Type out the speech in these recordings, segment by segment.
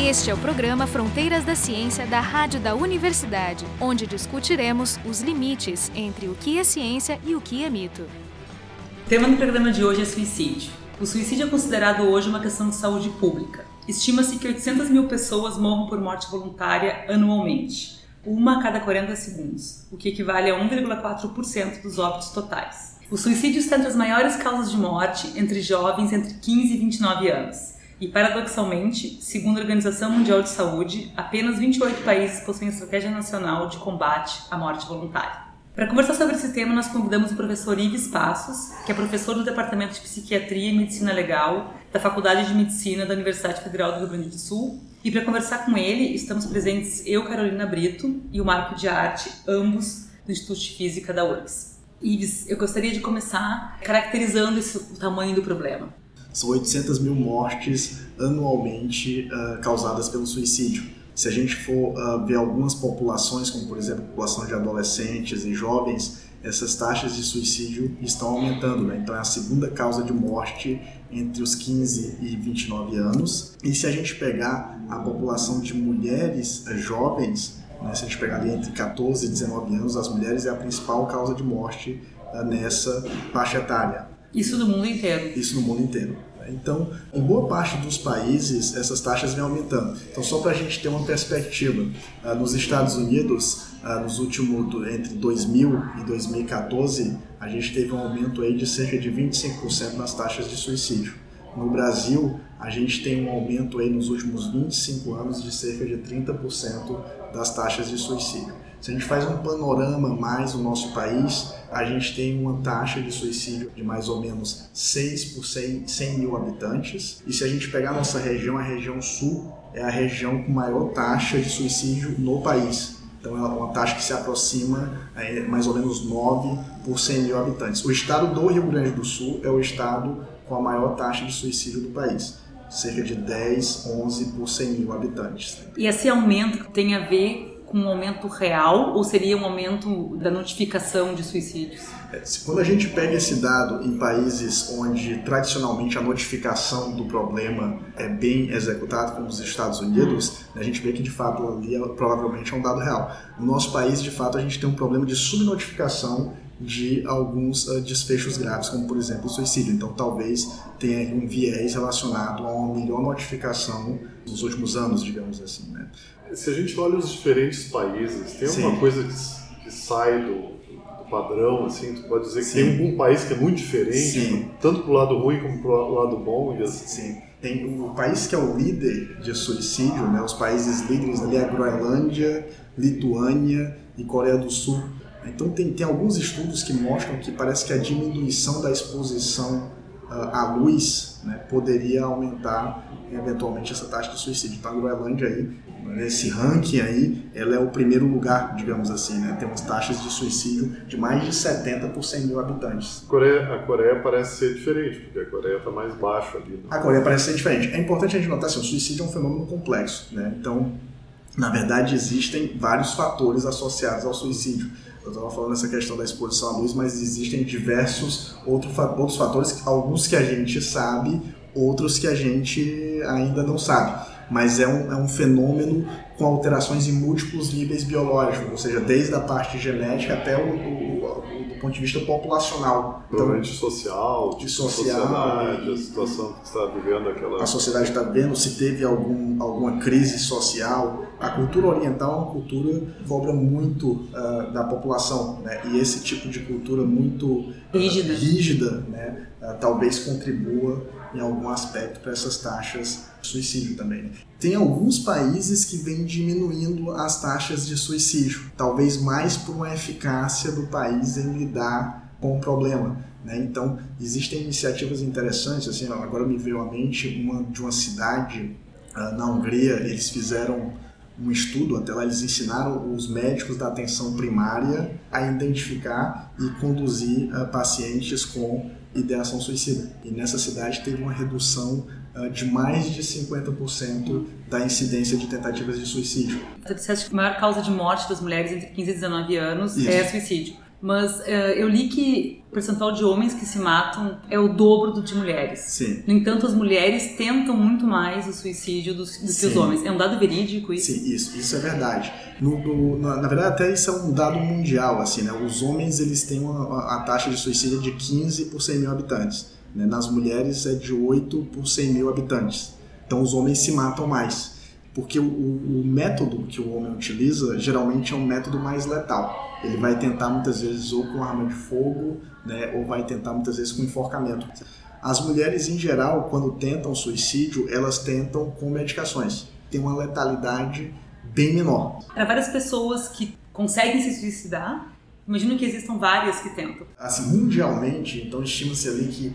Este é o programa Fronteiras da Ciência da Rádio da Universidade, onde discutiremos os limites entre o que é ciência e o que é mito. O tema do programa de hoje é suicídio. O suicídio é considerado hoje uma questão de saúde pública. Estima-se que 800 mil pessoas morram por morte voluntária anualmente, uma a cada 40 segundos, o que equivale a 1,4% dos óbitos totais. O suicídio está entre as maiores causas de morte entre jovens entre 15 e 29 anos. E, paradoxalmente, segundo a Organização Mundial de Saúde, apenas 28 países possuem estratégia nacional de combate à morte voluntária. Para conversar sobre esse tema, nós convidamos o professor Ives Passos, que é professor do Departamento de Psiquiatria e Medicina Legal da Faculdade de Medicina da Universidade Federal do Rio Grande do Sul. E para conversar com ele, estamos presentes eu, Carolina Brito, e o Marco de Arte, ambos do Instituto de Física da URGS. Ives, eu gostaria de começar caracterizando o tamanho do problema. São 800 mil mortes anualmente causadas pelo suicídio. Se a gente for ver algumas populações, como por exemplo a população de adolescentes e jovens, essas taxas de suicídio estão aumentando, né? Então é a segunda causa de morte entre os 15 e 29 anos. E se a gente pegar a população de mulheres jovens, né, se a gente pegar ali entre 14 e 19 anos, as mulheres é a principal causa de morte nessa faixa etária. Isso no mundo inteiro? Isso no mundo inteiro. Então, em boa parte dos países, essas taxas vêm aumentando. Então, só para a gente ter uma perspectiva, nos Estados Unidos, entre 2000 e 2014, a gente teve um aumento aí de cerca de 25% nas taxas de suicídio. No Brasil, a gente tem um aumento aí nos últimos 25 anos de cerca de 30% das taxas de suicídio. Se a gente faz um panorama mais no nosso país, a gente tem uma taxa de suicídio de mais ou menos 6 por 100 mil habitantes. E se a gente pegar a nossa região, a região sul é a região com maior taxa de suicídio no país. Então é uma taxa que se aproxima mais ou menos 9 por 100 mil habitantes. O estado do Rio Grande do Sul é o estado com a maior taxa de suicídio do país. Cerca de 10, 11 por 100 mil habitantes. E esse aumento tem a ver com um aumento real ou seria um aumento da notificação de suicídios? Quando a gente pega esse dado em países onde tradicionalmente a notificação do problema é bem executada, como os Estados Unidos, a gente vê que de fato ali provavelmente é um dado real. No nosso país, de fato, a gente tem um problema de subnotificação de alguns desfechos graves, como por exemplo o suicídio. Então talvez tenha um viés relacionado a uma melhor notificação nos últimos anos, digamos assim, né? Se a gente olha os diferentes países, tem alguma coisa que sai do padrão, assim, tu pode dizer que tem algum país que é muito diferente, tanto pro lado ruim como pro lado bom? Sim. Tem o país que é o líder de suicídio, né? Os países líderes ali é a Groenlândia, Lituânia e Coreia do Sul. Então tem alguns estudos que mostram que parece que a diminuição da exposição à luz, né, poderia aumentar eventualmente essa taxa de suicídio. Então a Groenlândia aí, nesse ranking aí, ela é o primeiro lugar, digamos assim, né? Tem umas taxas de suicídio de mais de 70 por 100 mil habitantes. A Coreia parece ser diferente, porque a Coreia está mais baixo ali. Né? A Coreia parece ser diferente. É importante a gente notar assim, o suicídio é um fenômeno complexo, né? Então, na verdade, existem vários fatores associados ao suicídio. Eu estava falando essa questão da exposição à luz, mas existem diversos outros fatores, alguns que a gente sabe, outros que a gente ainda não sabe. Mas é um fenômeno com alterações em múltiplos níveis biológicos, ou seja, desde a parte genética até do ponto de vista populacional. Provavelmente social, sociedade, a situação que está vivendo aquela... A sociedade está vivendo, se teve alguma crise social. A cultura oriental é uma cultura que cobra muito da população, né? E esse tipo de cultura muito rígida, né? Talvez contribua em algum aspecto para essas taxas de suicídio também, né? Tem alguns países que vêm diminuindo as taxas de suicídio, talvez mais por uma eficácia do país em lidar com o problema, né? Então, existem iniciativas interessantes, assim, agora me veio à mente de uma cidade na Hungria. Eles fizeram um estudo, até lá eles ensinaram os médicos da atenção primária a identificar e conduzir pacientes com ideação suicida. E nessa cidade teve uma redução de mais de 50% da incidência de tentativas de suicídio. Você disseste que a maior causa de morte das mulheres entre 15 e 19 anos é suicídio. Mas eu li que o percentual de homens que se matam é o dobro do de mulheres. Sim. No entanto, as mulheres tentam muito mais o suicídio do que os homens. É um dado verídico isso? Sim, isso é verdade. Na verdade, até isso é um dado mundial, assim, né? Os homens, eles têm a taxa de suicídio de 15 por 100 mil habitantes. Né? Nas mulheres é de 8 por 100 mil habitantes. Então, os homens se matam mais. Porque o método que o homem utiliza, geralmente é um método mais letal. Ele vai tentar muitas vezes ou com arma de fogo, né, ou vai tentar muitas vezes com enforcamento. As mulheres, em geral, quando tentam suicídio, elas tentam com medicações. Tem uma letalidade bem menor. Para várias pessoas que conseguem se suicidar, imagino que existam várias que tentam. Assim, mundialmente, então estima-se ali que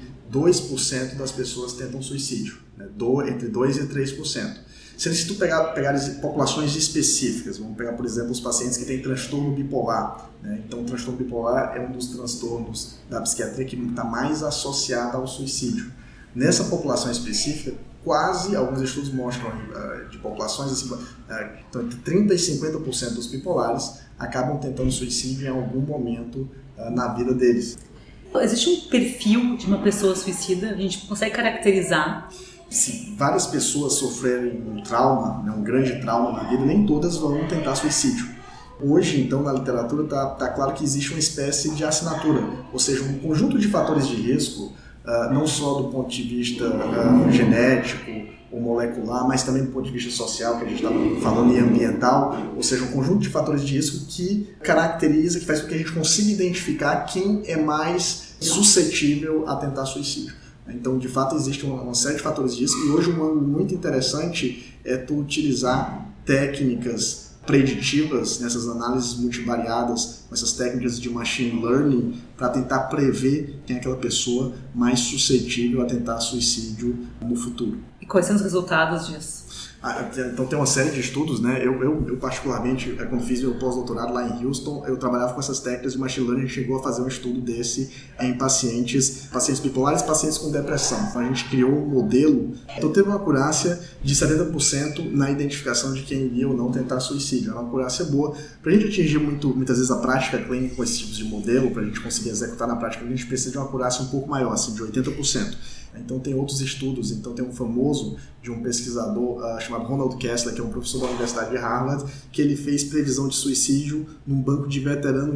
2% das pessoas tentam suicídio, né, entre 2% e 3%. Se tu pegar populações específicas, vamos pegar, por exemplo, os pacientes que têm transtorno bipolar. Né? Então, o transtorno bipolar é um dos transtornos da psiquiatria que está mais associado ao suicídio. Nessa população específica, alguns estudos mostram de populações, assim, então, entre 30% e 50% dos bipolares acabam tentando suicídio em algum momento na vida deles. Existe um perfil de uma pessoa suicida? A gente consegue caracterizar? Se várias pessoas sofrerem um trauma, né, um grande trauma na vida, nem todas vão tentar suicídio. Hoje, então, na literatura está claro que existe uma espécie de assinatura, ou seja, um conjunto de fatores de risco, não só do ponto de vista genético ou molecular, mas também do ponto de vista social, que a gente estava falando, e ambiental, ou seja, um conjunto de fatores de risco que caracteriza, que faz com que a gente consiga identificar quem é mais suscetível a tentar suicídio. Então, de fato, existe uma série de fatores disso, e hoje um ângulo muito interessante é tu utilizar técnicas preditivas nessas análises multivariadas, essas técnicas de machine learning, para tentar prever quem é aquela pessoa mais suscetível a tentar suicídio no futuro. E quais são os resultados disso? Então tem uma série de estudos, né? Eu particularmente, quando fiz meu pós-doutorado lá em Houston, eu trabalhava com essas técnicas de machine learning. A gente chegou a fazer um estudo desse em pacientes bipolares e pacientes com depressão. Então a gente criou um modelo, então teve uma acurácia de 70% na identificação de quem iria ou não tentar suicídio. É uma acurácia boa. Para a gente atingir muitas vezes a prática clínica com esses tipos de modelo, para a gente conseguir executar na prática, a gente precisa de uma acurácia um pouco maior, assim, de 80%. Então tem outros estudos, então tem um famoso de um pesquisador chamado Ronald Kessler, que é um professor da Universidade de Harvard, que ele fez previsão de suicídio num banco de veteranos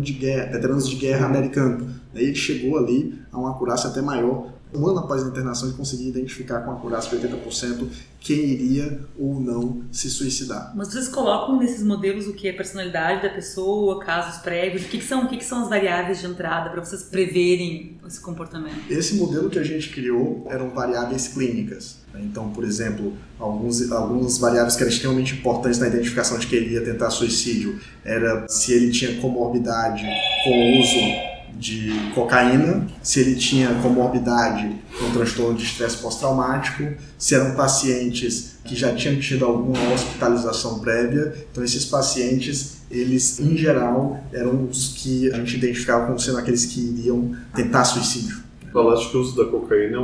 de guerra americano. Daí ele chegou ali a uma acurácia até maior. Um ano após a internação, ele conseguia identificar com acurácia de 80% quem iria ou não se suicidar. Mas vocês colocam nesses modelos o que é a personalidade da pessoa, casos prévios, o que são as variáveis de entrada para vocês preverem esse comportamento? Esse modelo que a gente criou eram variáveis clínicas. Então, por exemplo, algumas variáveis que eram extremamente importantes na identificação de quem iria tentar suicídio era se ele tinha comorbidade com o uso de cocaína, se ele tinha comorbidade com transtorno de estresse pós-traumático, se eram pacientes que já tinham tido alguma hospitalização prévia. Então esses pacientes, eles em geral eram os que a gente identificava como sendo aqueles que iriam tentar suicídio. Falaste que o uso da cocaína é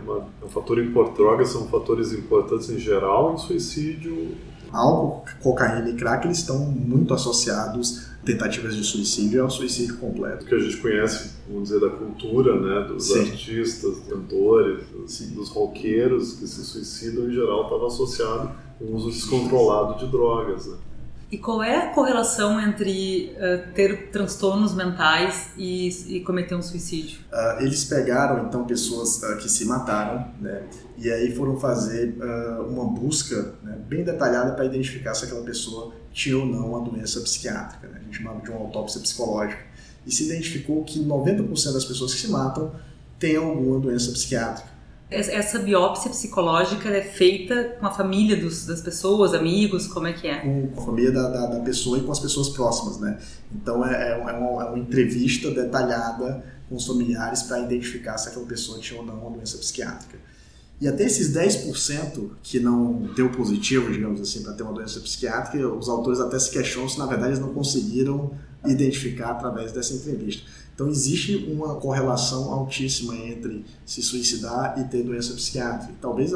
um fator importante, drogas são fatores importantes em geral em suicídio. Álcool, cocaína e crack, eles estão muito associados a tentativas de suicídio e ao suicídio completo. O que a gente conhece, vamos dizer, da cultura, né, dos Sim. artistas, dos cantores, Sim. dos roqueiros que se suicidam, em geral, estava associado com o uso descontrolado de drogas, né? E qual é a correlação entre ter transtornos mentais e cometer um suicídio? Eles pegaram, então, pessoas que se mataram, né, e aí foram fazer uma busca, né, bem detalhada para identificar se aquela pessoa tinha ou não uma doença psiquiátrica. Né? A gente chamava de uma autópsia psicológica. E se identificou que 90% das pessoas que se matam têm alguma doença psiquiátrica. Essa biópsia psicológica é feita com a família das pessoas, amigos, como é que é? Com a família da pessoa e com as pessoas próximas, né? Então é uma entrevista detalhada com os familiares para identificar se aquela pessoa tinha ou não uma doença psiquiátrica. E até esses 10% que não deu positivo, digamos assim, para ter uma doença psiquiátrica, os autores até se questionam se na verdade eles não conseguiram identificar através dessa entrevista. Então existe uma correlação altíssima entre se suicidar e ter doença psiquiátrica. Talvez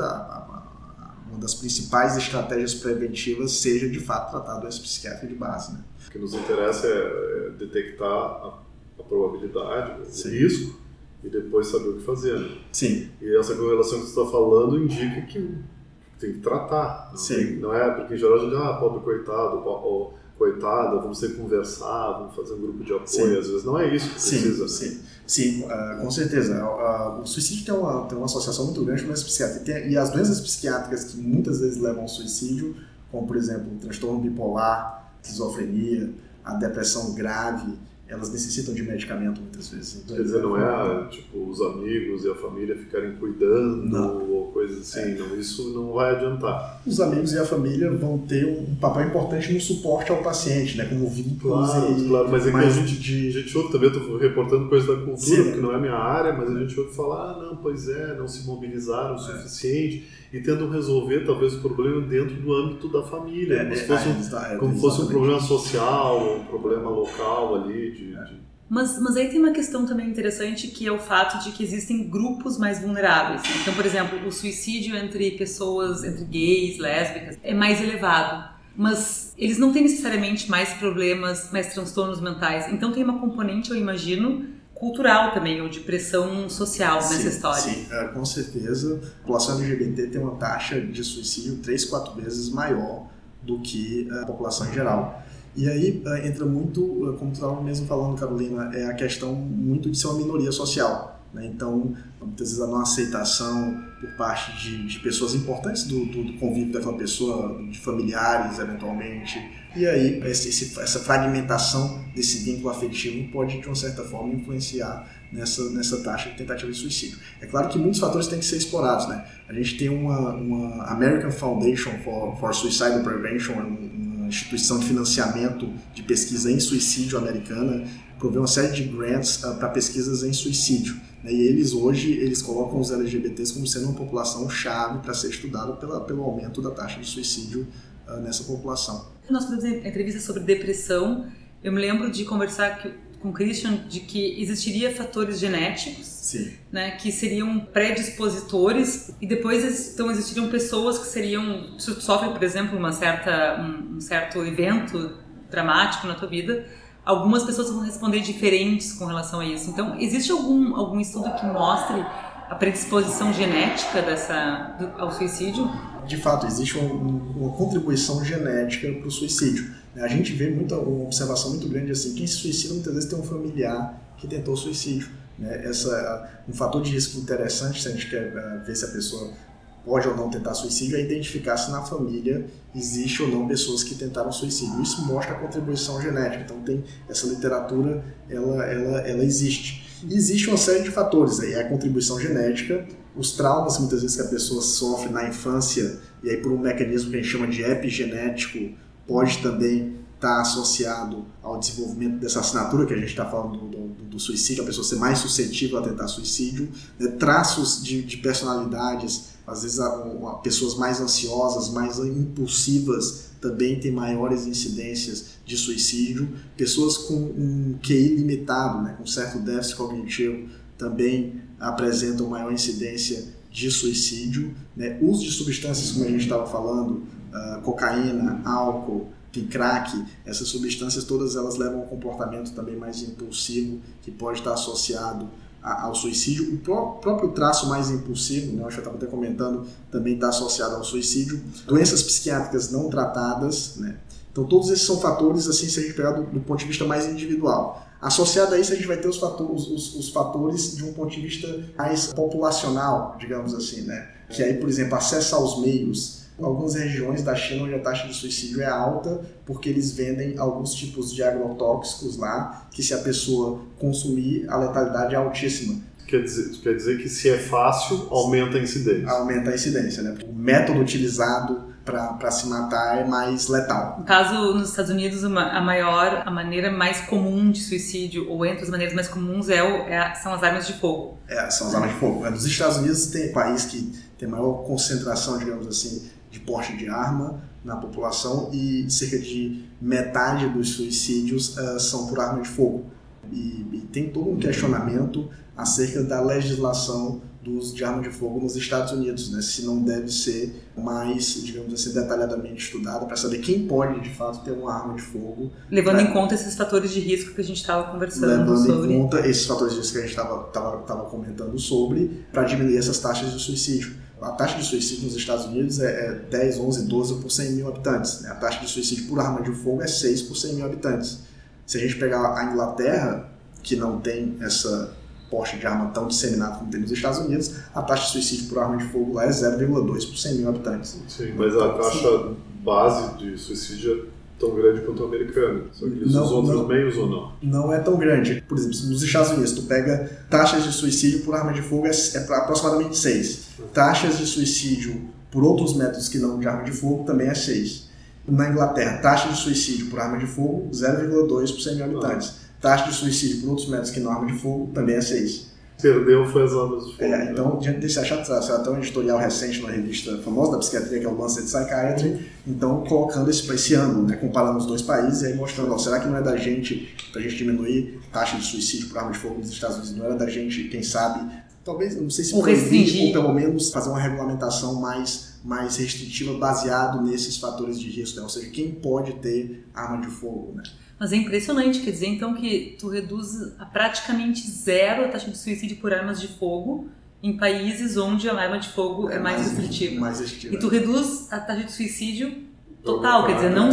uma das principais estratégias preventivas seja de fato tratar a doença psiquiátrica de base, né? O que nos interessa é detectar a probabilidade, o Sim. risco, e depois saber o que fazer. Né? Sim. E essa correlação que você está falando indica que tem que tratar. Não é porque em geral a gente pobre coitado, ou coitada, vamos ter que conversar, vamos fazer um grupo de apoio, Sim. às vezes não é isso que precisa. Sim, com certeza. O suicídio tem uma associação muito grande com doenças psiquiátricas. E as doenças psiquiátricas que muitas vezes levam ao suicídio, como por exemplo o transtorno bipolar, esquizofrenia, a depressão grave, elas necessitam de medicamento muitas vezes. Então, quer dizer, não é tipo os amigos e a família ficarem cuidando ou coisas assim, não, isso não vai adiantar. Os amigos e a família vão ter um papel importante no suporte ao paciente, né, como vínculos. Claro, mas é que a gente ouve também, eu estou reportando coisas da cultura, que não é minha área, mas a gente ouve falar, não se mobilizaram o suficiente, e tentam resolver talvez o problema dentro do âmbito da família, como se fosse um problema social, um problema local ali. Mas aí tem uma questão também interessante, que é o fato de que existem grupos mais vulneráveis. Então, por exemplo, o suicídio entre pessoas, entre gays, lésbicas, é mais elevado. Mas eles não têm necessariamente mais problemas, mais transtornos mentais. Então tem uma componente, eu imagino, cultural também, ou de pressão social nessa história. Sim, com certeza. A população LGBT tem uma taxa de suicídio 3-4 vezes maior do que a população em geral. E aí entra muito, como tu estava mesmo falando, Carolina, é a questão muito de ser uma minoria social. Né? Então, muitas vezes a não aceitação por parte de pessoas importantes do convívio daquela pessoa, de familiares, eventualmente. E aí, essa fragmentação desse vínculo afetivo pode, de uma certa forma, influenciar nessa taxa de tentativa de suicídio. É claro que muitos fatores têm que ser explorados. Né? A gente tem uma American Foundation for Suicide Prevention, uma instituição de financiamento de pesquisa em suicídio americana, provê uma série de grants para pesquisas em suicídio. Né? E eles colocam os LGBTs como sendo uma população-chave para ser estudada pelo aumento da taxa de suicídio nessa população. Nós fizemos uma entrevista sobre depressão. Eu me lembro de conversar com o Christian de que existiria fatores genéticos, né, que seriam predispositores, e depois então existiriam pessoas que sofrem, por exemplo, um certo evento dramático na tua vida. Algumas pessoas vão responder diferentes com relação a isso. Então, existe algum estudo que mostre a predisposição genética ao suicídio? De fato, existe uma contribuição genética para o suicídio. A gente vê uma observação muito grande assim, quem se suicida muitas vezes tem um familiar que tentou suicídio. Né? Um fator de risco interessante, se a gente quer ver se a pessoa pode ou não tentar suicídio, é identificar se na família existe ou não pessoas que tentaram suicídio. Isso mostra a contribuição genética. Então essa literatura, ela existe. E existe uma série de fatores, aí a contribuição genética, os traumas muitas vezes que a pessoa sofre na infância, e aí por um mecanismo que a gente chama de epigenético, pode também estar associado ao desenvolvimento dessa assinatura que a gente está falando do suicídio, a pessoa ser mais suscetível a tentar suicídio, né? Traços de personalidades, às vezes pessoas mais ansiosas, mais impulsivas também têm maiores incidências de suicídio, pessoas com um QI limitado, né? Com certo déficit cognitivo, também apresentam maior incidência de suicídio, né? Uso de substâncias, como a gente estava falando, cocaína, álcool, crack, essas substâncias todas elas levam a um comportamento também mais impulsivo, que pode estar associado ao suicídio. O próprio traço mais impulsivo, né, eu já estava até comentando, também está associado ao suicídio. Doenças psiquiátricas não tratadas, né? Então todos esses são fatores, assim, se a gente pegar do ponto de vista mais individual. Associado a isso, a gente vai ter os fatores de um ponto de vista mais populacional, digamos assim, né? Que aí, por exemplo, acesso aos meios. Algumas regiões da China onde a taxa de suicídio é alta, porque eles vendem alguns tipos de agrotóxicos lá, que se a pessoa consumir, a letalidade é altíssima. Quer dizer que se é fácil, aumenta a incidência. Aumenta a incidência, né? O método utilizado para se matar é mais letal. No caso, nos Estados Unidos, a maneira mais comum de suicídio, ou entre as maneiras mais comuns, são as armas de fogo. São as armas de fogo. Nos Estados Unidos tem país que tem maior concentração, digamos assim, de porte de arma na população, e cerca de metade dos suicídios são por arma de fogo. E tem todo um questionamento acerca da legislação do uso de arma de fogo nos Estados Unidos, né? Se não deve ser mais, digamos assim, detalhadamente estudado para saber quem pode, de fato, ter uma arma de fogo. Levando em conta esses fatores de risco que a gente estava conversando sobre. Levando em conta esses fatores de risco que a gente estava comentando sobre, para diminuir essas taxas de suicídio. A taxa de suicídio nos Estados Unidos é 10, 11, 12 por 100 mil habitantes. Né? A taxa de suicídio por arma de fogo é 6 por 100 mil habitantes. Se a gente pegar a Inglaterra, que não tem essa porte de arma tão disseminado como tem nos Estados Unidos, a taxa de suicídio por arma de fogo lá é 0,2 por 100 mil habitantes. Sim, mas a taxa base de suicídio é tão grande quanto a americana. Só que os outros meios ou não? Não é tão grande. Por exemplo, nos Estados Unidos, tu pega taxas de suicídio por arma de fogo é aproximadamente 6. Taxas de suicídio por outros métodos que não de arma de fogo também é 6. Na Inglaterra, taxa de suicídio por arma de fogo 0,2 por 100 mil habitantes. Taxa de suicídio por outros métodos que não arma de fogo também é 6. Perdeu foi as armas de fogo. Então, diante desse achado, saiu até um editorial recente numa revista famosa da psiquiatria, que é o Lancet Psychiatry, então colocando esse ângulo, né, comparando os dois países e aí mostrando, será que não é da gente, pra gente diminuir a taxa de suicídio por arma de fogo nos Estados Unidos, não era da gente, quem sabe, talvez, não sei se restringir, ou pelo menos fazer uma regulamentação mais restritiva baseado nesses fatores de risco, né? Ou seja, quem pode ter arma de fogo, né? Mas é impressionante, quer dizer, então, que tu reduz a praticamente zero a taxa de suicídio por armas de fogo em países onde a arma de fogo é mais restritiva. E tu reduz a taxa de suicídio total, quer dizer, não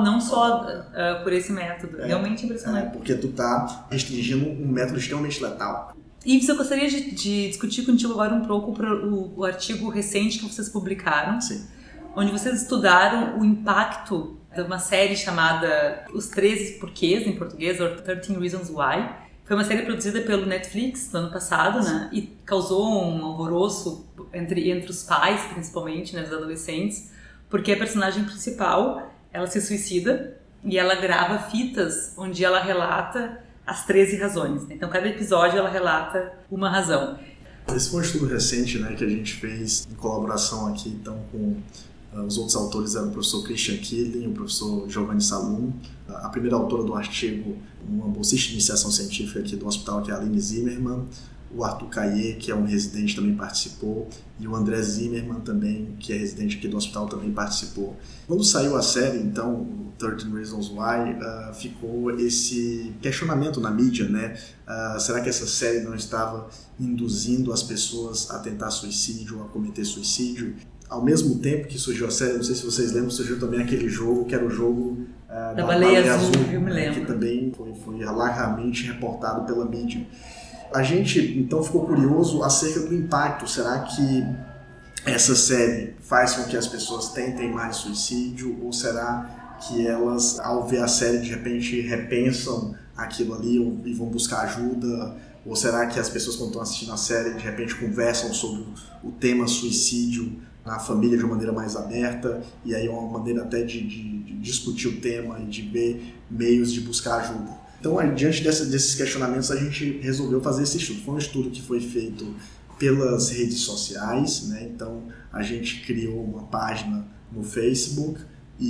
só por esse método. Realmente impressionante. Porque tu tá restringindo um método extremamente letal. Ives, eu gostaria de discutir contigo agora um pouco o artigo recente que vocês publicaram, Sim. onde vocês estudaram o impacto de uma série chamada Os 13 Porquês, em português, or 13 Reasons Why. Foi uma série produzida pelo Netflix no ano passado, né? E causou um alvoroço entre os pais, principalmente, né, dos adolescentes, porque a personagem principal, ela se suicida e ela grava fitas onde ela relata as 13 razões. Então, cada episódio ela relata uma razão. Esse foi um estudo recente, né, que a gente fez em colaboração aqui, então, com os outros autores eram o professor Christian Killing, o professor Giovanni Salum, a primeira autora do artigo, uma bolsista de iniciação científica aqui do hospital, que é a Aline Zimmermann, o Arthur Caillé, que é um residente, também participou, e o André Zimmermann também, que é residente aqui do hospital, também participou. Quando saiu a série, então, o 13 Reasons Why, ficou esse questionamento na mídia, né? Será que essa série não estava induzindo as pessoas a tentar suicídio, a cometer suicídio? Ao mesmo tempo que surgiu a série, não sei se vocês lembram, surgiu também aquele jogo, que era o jogo da Baleia Azul, eu me lembro. Que também foi largamente reportado pela mídia. A gente, então, ficou curioso acerca do impacto. Será que essa série faz com que as pessoas tentem mais suicídio? Ou será que elas, ao ver a série, de repente repensam aquilo ali e vão buscar ajuda? Ou será que as pessoas, quando estão assistindo a série, de repente conversam sobre o tema suicídio na família de uma maneira mais aberta, e aí é uma maneira até de discutir o tema e de ver meios de buscar ajuda? Então, diante desses questionamentos, a gente resolveu fazer esse estudo. Foi um estudo que foi feito pelas redes sociais, né? Então, a gente criou uma página no Facebook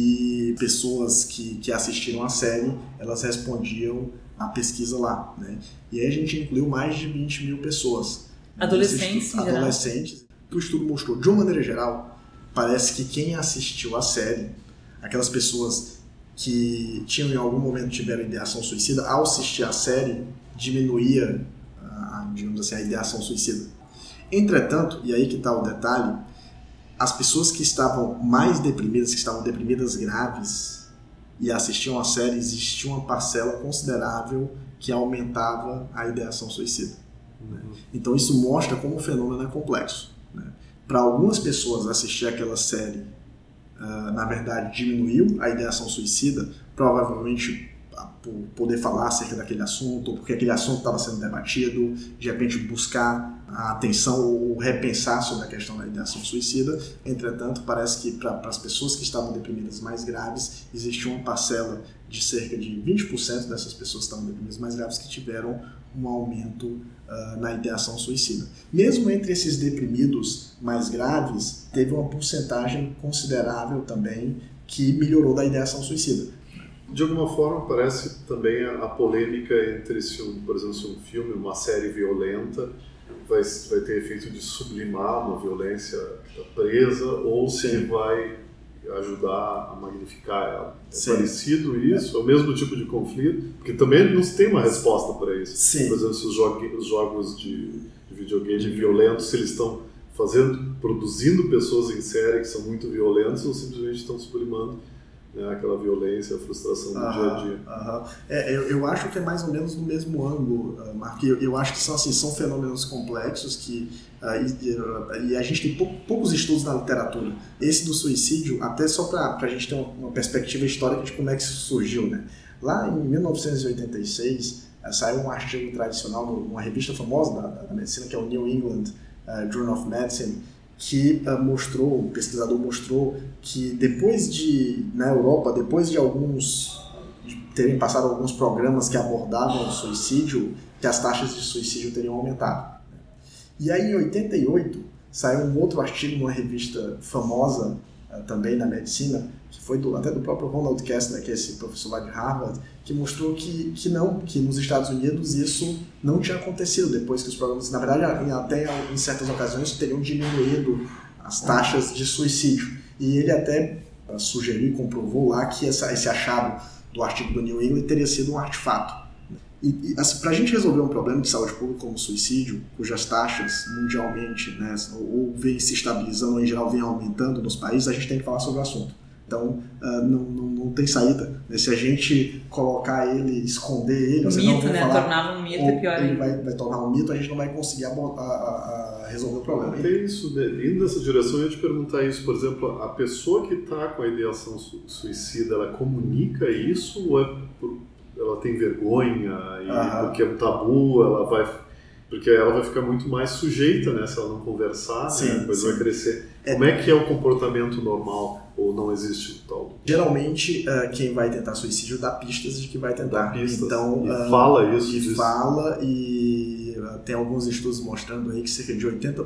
e pessoas que assistiram a série, elas respondiam a pesquisa lá, né? E aí a gente incluiu mais de 20 mil pessoas. Adolescentes em geral. Adolescentes. O estudo mostrou, de uma maneira geral, parece que quem assistiu a série, aquelas pessoas que tinham em algum momento tiveram ideação suicida, ao assistir a série, diminuía, digamos assim, a ideação suicida. Entretanto, e aí que está o detalhe, as pessoas que estavam mais deprimidas, que estavam deprimidas graves e assistiam a série, existia uma parcela considerável que aumentava a ideação suicida. Né? Então isso mostra como o fenômeno é complexo. Né? Para algumas pessoas assistir aquela série, na verdade, diminuiu a ideação suicida, provavelmente por poder falar acerca daquele assunto, ou porque aquele assunto estava sendo debatido, de repente buscar a atenção ou repensar sobre a questão da ideação suicida. Entretanto, parece que para as pessoas que estavam deprimidas mais graves, existe uma parcela de cerca de 20% dessas pessoas que estavam deprimidas mais graves que tiveram um aumento na ideação suicida. Mesmo entre esses deprimidos mais graves, teve uma porcentagem considerável também que melhorou da ideação suicida. De alguma forma, parece também a polêmica entre, por exemplo, se um filme, uma série violenta vai ter efeito de sublimar uma violência que está presa ou se ele vai ajudar a magnificar ela. É parecido isso? É o mesmo tipo de conflito? Porque também não se tem uma resposta para isso. Sim. Por exemplo, se os jogos de videogame violentos, se eles estão produzindo pessoas em série que são muito violentas ou simplesmente estão sublimando, né, aquela violência, a frustração do dia a dia. Eu acho que é mais ou menos no mesmo ângulo, Marco. Eu acho que são fenômenos complexos que e a gente tem poucos estudos na literatura. Esse do suicídio, até só para a gente ter uma perspectiva histórica de como é que isso surgiu, né? Lá em 1986 saiu um artigo tradicional numa revista famosa da medicina, que é o New England Journal of Medicine, que o pesquisador mostrou que na Europa, depois de terem passado alguns programas que abordavam o suicídio, que as taxas de suicídio teriam aumentado. E aí, em 88, saiu um outro artigo numa revista famosa também na medicina, que foi até do próprio Ronald Kessler, que é esse professor lá de Harvard, que mostrou que nos Estados Unidos isso não tinha acontecido depois que os programas, na verdade, até em certas ocasiões, teriam diminuído as taxas de suicídio. E ele até sugeriu e comprovou lá que esse achado do artigo do New England teria sido um artefato. E assim, para a gente resolver um problema de saúde pública como o suicídio, cujas taxas mundialmente, né, ou vem se estabilizando ou em geral vem aumentando nos países, a gente tem que falar sobre o assunto. Então, não tem saída. Se a gente colocar ele, esconder ele... O mito, né? Tornar um mito é pior ainda. Ele vai tornar um mito, a gente não vai conseguir resolver o problema. Tem isso, né? Indo nessa direção, eu ia te perguntar isso. Por exemplo, a pessoa que está com a ideação suicida, ela comunica isso ou ela tem vergonha porque é um tabu, porque ela vai ficar muito mais sujeita, né, se ela não conversar, né, a coisa vai crescer. Como é que é o comportamento normal ou não existe o tal? Geralmente, quem vai tentar suicídio dá pistas de que vai tentar. Então, fala isso. E tem alguns estudos mostrando aí que cerca de 80%,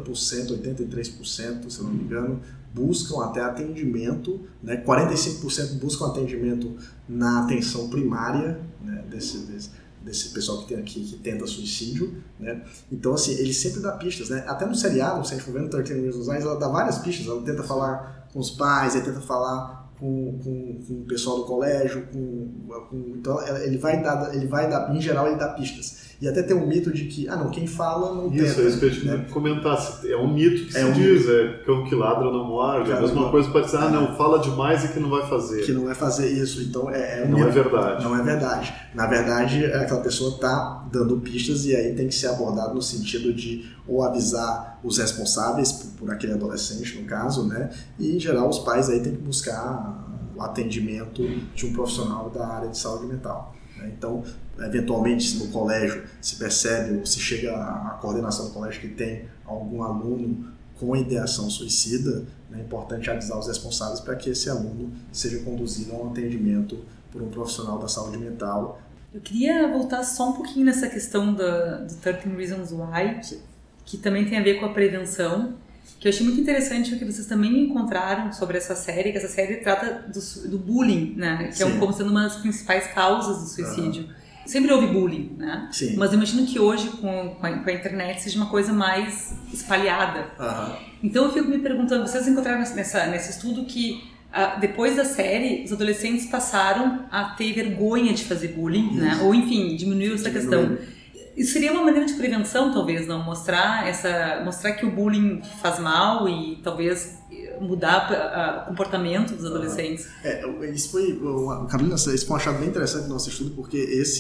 83%, se eu não me engano, buscam até atendimento, né? 45% buscam atendimento na atenção primária, né? desse pessoal que tenta suicídio, né? Então, assim, ele sempre dá pistas, né? Até no seriado, se a gente for vendo 13 Reasons Why, ela dá várias pistas. Ela tenta falar com os pais, ele tenta falar com o pessoal do colégio, então ele vai dar, em geral, ele dá pistas. E até tem um mito de que, quem fala não tenta. Isso, é isso que eu ia te comentar. É um mito que se diz, cão que ladra não morde. A mesma coisa pode ser, não, fala demais e que não vai fazer. Que não vai fazer isso, então um não mito. É verdade. Não é verdade. Na verdade, aquela pessoa está dando pistas e aí tem que ser abordado no sentido de ou avisar os responsáveis por aquele adolescente, no caso, né? E, em geral, os pais aí têm que buscar o atendimento de um profissional da área de saúde mental. Então, eventualmente, se no colégio se percebe ou se chega à coordenação do colégio que tem algum aluno com ideação suicida, é importante avisar os responsáveis para que esse aluno seja conduzido a um atendimento por um profissional da saúde mental. Eu queria voltar só um pouquinho nessa questão do 13 Reasons Why, que também tem a ver com a prevenção, que eu achei muito interessante o que vocês também encontraram sobre essa série, que essa série trata do bullying, né? Que é como sendo uma das principais causas do suicídio. Sempre houve bullying, né? Sim. Mas eu imagino que hoje, com a internet, seja uma coisa mais espalhada. Então eu fico me perguntando, vocês encontraram nesse estudo que depois da série, os adolescentes passaram a ter vergonha de fazer bullying, né? Ou enfim, diminuiu essa questão. Isso seria uma maneira de prevenção, talvez, não? Mostrar que o bullying faz mal e talvez mudar o comportamento dos adolescentes. Isso foi um achado bem interessante no nosso estudo, porque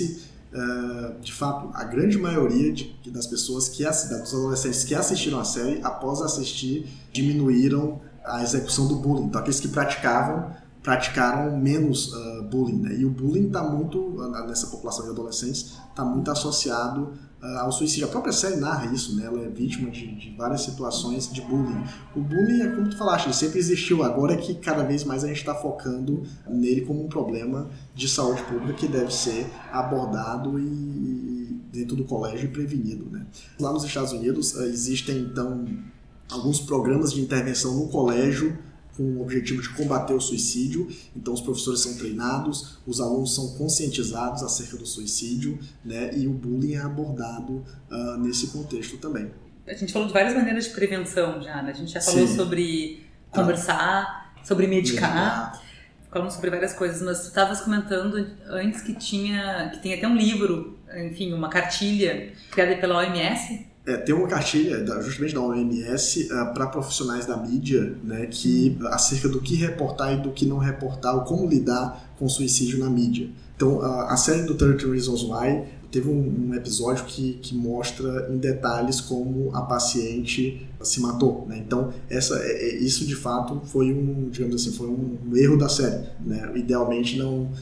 de fato, a grande maioria das pessoas dos adolescentes que assistiram a série, após assistir, diminuíram a execução do bullying. Então, aqueles que praticaram menos bullying, né? E o bullying está muito, nessa população de adolescentes, está muito associado ao suicídio. A própria série narra isso, né? Ela é vítima de várias situações de bullying. O bullying, como tu falaste, ele sempre existiu, agora é que cada vez mais a gente está focando nele como um problema de saúde pública que deve ser abordado e dentro do colégio e prevenido, né? Lá nos Estados Unidos existem, então, alguns programas de intervenção no colégio com o objetivo de combater o suicídio. Então, os professores são treinados, os alunos são conscientizados acerca do suicídio, né? E o bullying é abordado nesse contexto também. A gente falou de várias maneiras de prevenção já, né? A gente já falou sobre conversar, sobre medicar. Falamos sobre várias coisas, mas tu estavas comentando antes que tem até um livro, enfim, uma cartilha criada pela OMS. Tem uma cartilha justamente da OMS para profissionais da mídia, né, acerca do que reportar e do que não reportar, ou como lidar com suicídio na mídia. Então, a série do 30 Reasons Why teve um episódio que mostra em detalhes como a paciente se matou, né? Então, isso de fato foi um erro da série, né? Idealmente,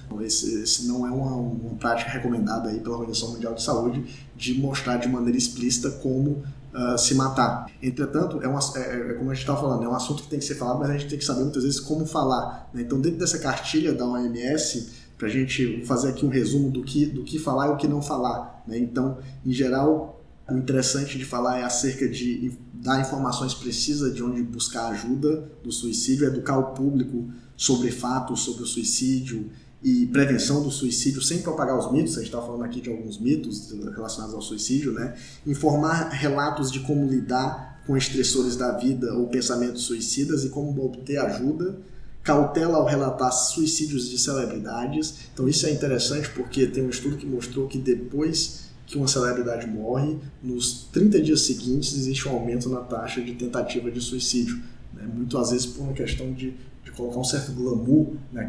esse não é uma prática recomendada aí pela Organização Mundial de Saúde de mostrar de maneira explícita como se matar. Entretanto, como a gente estava falando, é um assunto que tem que ser falado, mas a gente tem que saber muitas vezes como falar, né? Então, dentro dessa cartilha da OMS, para a gente fazer aqui um resumo do que falar e o que não falar, né? Então, em geral, o interessante de falar é acerca de dar informações precisas de onde buscar ajuda do suicídio, educar o público sobre fatos sobre o suicídio e prevenção do suicídio, sem propagar os mitos. A gente está falando aqui de alguns mitos relacionados ao suicídio, né? Informar relatos de como lidar com estressores da vida ou pensamentos suicidas e como obter ajuda. Cautela ao relatar suicídios de celebridades. Então isso é interessante porque tem um estudo que mostrou que depois que uma celebridade morre, nos 30 dias seguintes existe um aumento na taxa de tentativa de suicídio, né? Muito às vezes por uma questão de colocar um certo glamour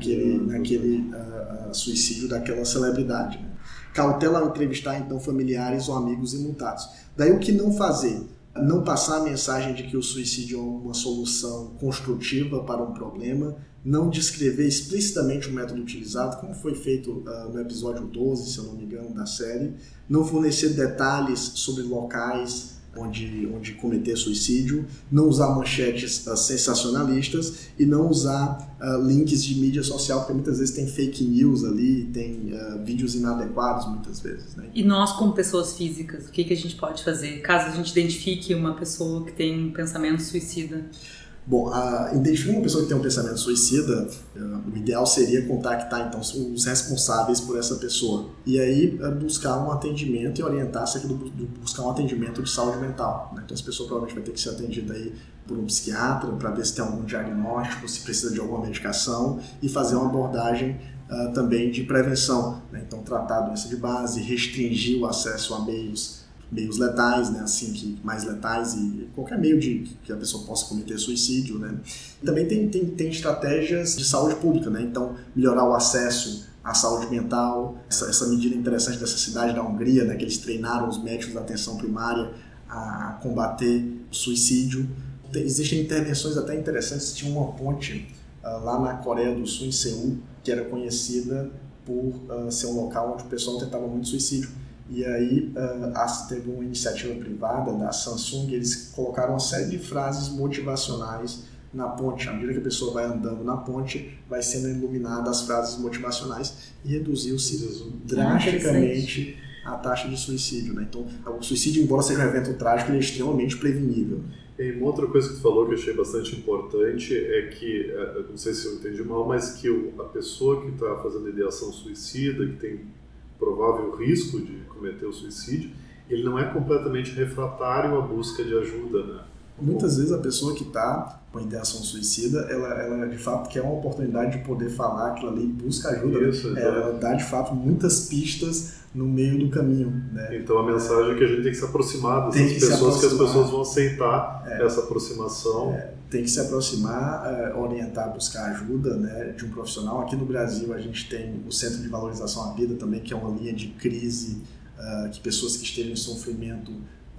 naquele suicídio daquela celebridade, né? Cautela ao entrevistar então familiares ou amigos imutados. Daí o que não fazer? Não passar a mensagem de que o suicídio é uma solução construtiva para um problema, não descrever explicitamente o método utilizado, como foi feito no episódio 12, se eu não me engano, da série, não fornecer detalhes sobre locais onde cometer suicídio, não usar manchetes sensacionalistas e não usar links de mídia social, porque muitas vezes tem fake news ali, tem vídeos inadequados muitas vezes, né? E nós, como pessoas físicas, o que a gente pode fazer caso a gente identifique uma pessoa que tem um pensamento suicida? Bom, identificar uma pessoa que tem um pensamento suicida, o ideal seria contactar então os responsáveis por essa pessoa e aí buscar um atendimento e orientar acerca de buscar um atendimento de saúde mental, né? Então essa pessoa provavelmente vai ter que ser atendida aí por um psiquiatra para ver se tem algum diagnóstico, se precisa de alguma medicação e fazer uma abordagem também de prevenção, né? Então tratar a doença de base, restringir o acesso a meios letais, né, assim, mais letais e qualquer meio que a pessoa possa cometer suicídio, né. E também tem estratégias de saúde pública, né, então melhorar o acesso à saúde mental, essa medida interessante dessa cidade da Hungria, né, que eles treinaram os médicos da atenção primária a combater o suicídio. Existem intervenções até interessantes, tinha uma ponte lá na Coreia do Sul, em Seul, que era conhecida por ser um local onde o pessoal tentava muito suicídio. E aí teve uma iniciativa privada da Samsung, eles colocaram uma série de frases motivacionais na ponte. À medida que a pessoa vai andando na ponte, vai sendo iluminada as frases motivacionais e reduziu-se drasticamente a taxa de suicídio, né? Então, o suicídio, embora seja um evento trágico, ele é extremamente prevenível. E uma outra coisa que tu falou que eu achei bastante importante é que, não sei se eu entendi mal, mas que a pessoa que está fazendo ideação suicida, que tem provável risco de cometer o suicídio, ele não é completamente refratário à busca de ajuda, né? Muitas vezes a pessoa que está com a ideação suicida, ela de fato quer uma oportunidade de poder falar aquilo ali, busca ajuda. Isso, ela dá de fato muitas pistas no meio do caminho, né? Então a mensagem é que a gente tem que se aproximar dessas pessoas, que as pessoas vão aceitar essa aproximação. Tem que se aproximar, orientar, buscar ajuda, né, de um profissional. Aqui no Brasil a gente tem o Centro de Valorização à Vida também, que é uma linha de crise, que pessoas que estejam em sofrimento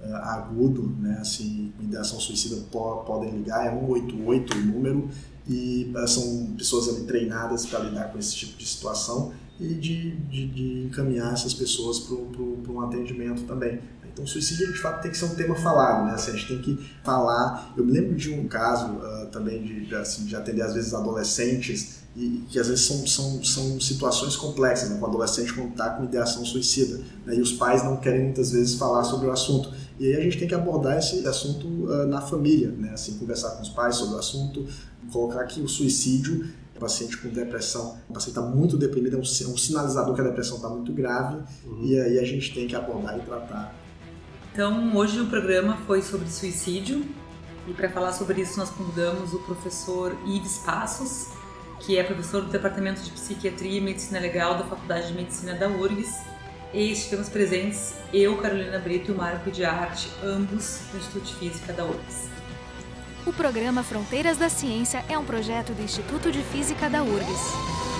agudo, né, assim, ideação suicida podem ligar, é 188 o número, e são pessoas ali treinadas para lidar com esse tipo de situação e de encaminhar essas pessoas para um atendimento também. Então o suicídio de fato tem que ser um tema falado, né? Assim, a gente tem que falar. Eu me lembro de um caso também de atender às vezes adolescentes e que às vezes são situações complexas, né? Com o adolescente quando está com ideação suicida, né? E os pais não querem muitas vezes falar sobre o assunto. E aí a gente tem que abordar esse assunto na família, né? Assim, conversar com os pais sobre o assunto, colocar que o suicídio, o paciente com depressão, o paciente está muito deprimido, é um sinalizador que a depressão está muito grave, e aí a gente tem que abordar e tratar. Então, hoje o programa foi sobre suicídio e para falar sobre isso nós convidamos o professor Ives Passos, que é professor do Departamento de Psiquiatria e Medicina Legal da Faculdade de Medicina da URGS, e estivemos presentes eu, Carolina Brito e o Marco de Arte, ambos do Instituto de Física da URGS. O programa Fronteiras da Ciência é um projeto do Instituto de Física da URGS.